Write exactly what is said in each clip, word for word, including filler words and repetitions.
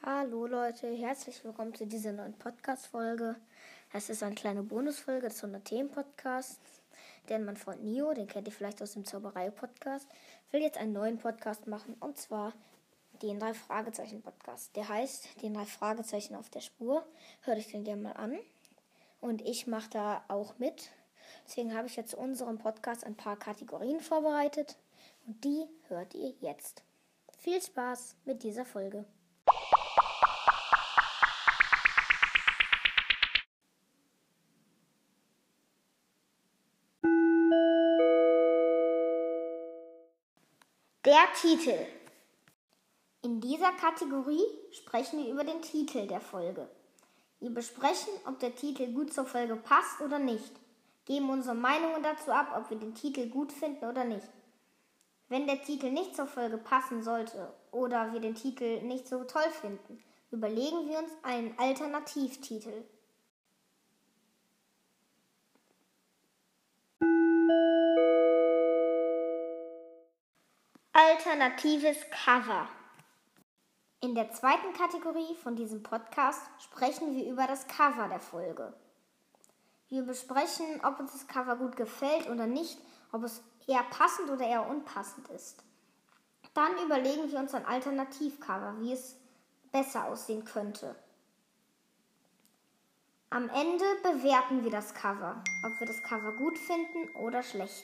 Hallo Leute, herzlich willkommen zu dieser neuen Podcast-Folge. Das ist eine kleine Bonusfolge des hundert-Themen-Podcasts. Denn mein Freund Nio, den kennt ihr vielleicht aus dem Zauberei-Podcast, will jetzt einen neuen Podcast machen, und zwar den drei Fragezeichen Podcast. Der heißt den drei Fragezeichen auf der Spur. Hört euch den gerne mal an. Und ich mache da auch mit. Deswegen habe ich jetzt zu unserem Podcast ein paar Kategorien vorbereitet. Und die hört ihr jetzt. Viel Spaß mit dieser Folge. Der Titel. In dieser Kategorie sprechen wir über den Titel der Folge. Wir besprechen, ob der Titel gut zur Folge passt oder nicht. Geben unsere Meinungen dazu ab, ob wir den Titel gut finden oder nicht. Wenn der Titel nicht zur Folge passen sollte oder wir den Titel nicht so toll finden, überlegen wir uns einen Alternativtitel. Alternatives Cover. In der zweiten Kategorie von diesem Podcast sprechen wir über das Cover der Folge. Wir besprechen, ob uns das Cover gut gefällt oder nicht, ob es eher passend oder eher unpassend ist. Dann überlegen wir uns ein Alternativcover, wie es besser aussehen könnte. Am Ende bewerten wir das Cover, ob wir das Cover gut finden oder schlecht.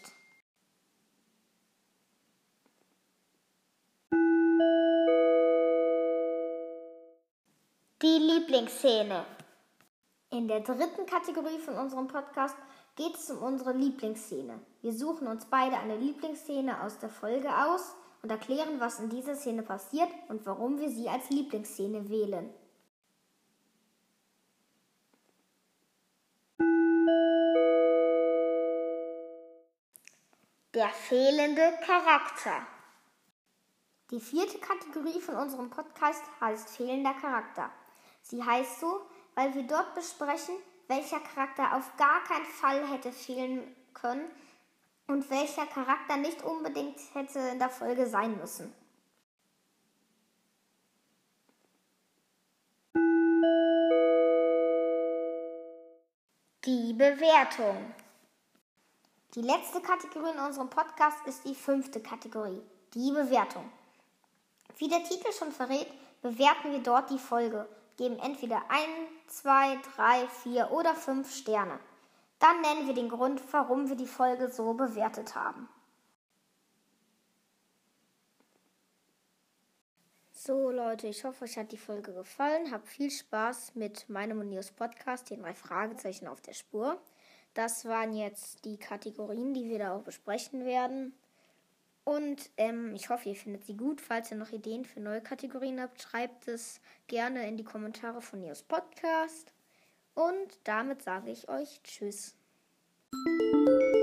Die Lieblingsszene. In der dritten Kategorie von unserem Podcast geht es um unsere Lieblingsszene. Wir suchen uns beide eine Lieblingsszene aus der Folge aus und erklären, was in dieser Szene passiert und warum wir sie als Lieblingsszene wählen. Der fehlende Charakter. Die vierte Kategorie von unserem Podcast heißt fehlender Charakter. Sie heißt so, weil wir dort besprechen, welcher Charakter auf gar keinen Fall hätte fehlen können und welcher Charakter nicht unbedingt hätte in der Folge sein müssen. Die Bewertung. Die letzte Kategorie in unserem Podcast ist die fünfte Kategorie, die Bewertung. Wie der Titel schon verrät, bewerten wir dort die Folge, geben entweder ein, zwei, drei, vier oder fünf Sterne. Dann nennen wir den Grund, warum wir die Folge so bewertet haben. So Leute, ich hoffe, euch hat die Folge gefallen. Habt viel Spaß mit meinem und Nios Podcast, den drei Fragezeichen auf der Spur. Das waren jetzt die Kategorien, die wir da auch besprechen werden. Und ähm, ich hoffe, ihr findet sie gut. Falls ihr noch Ideen für neue Kategorien habt, schreibt es gerne in die Kommentare von Nios Podcast. Und damit sage ich euch Tschüss.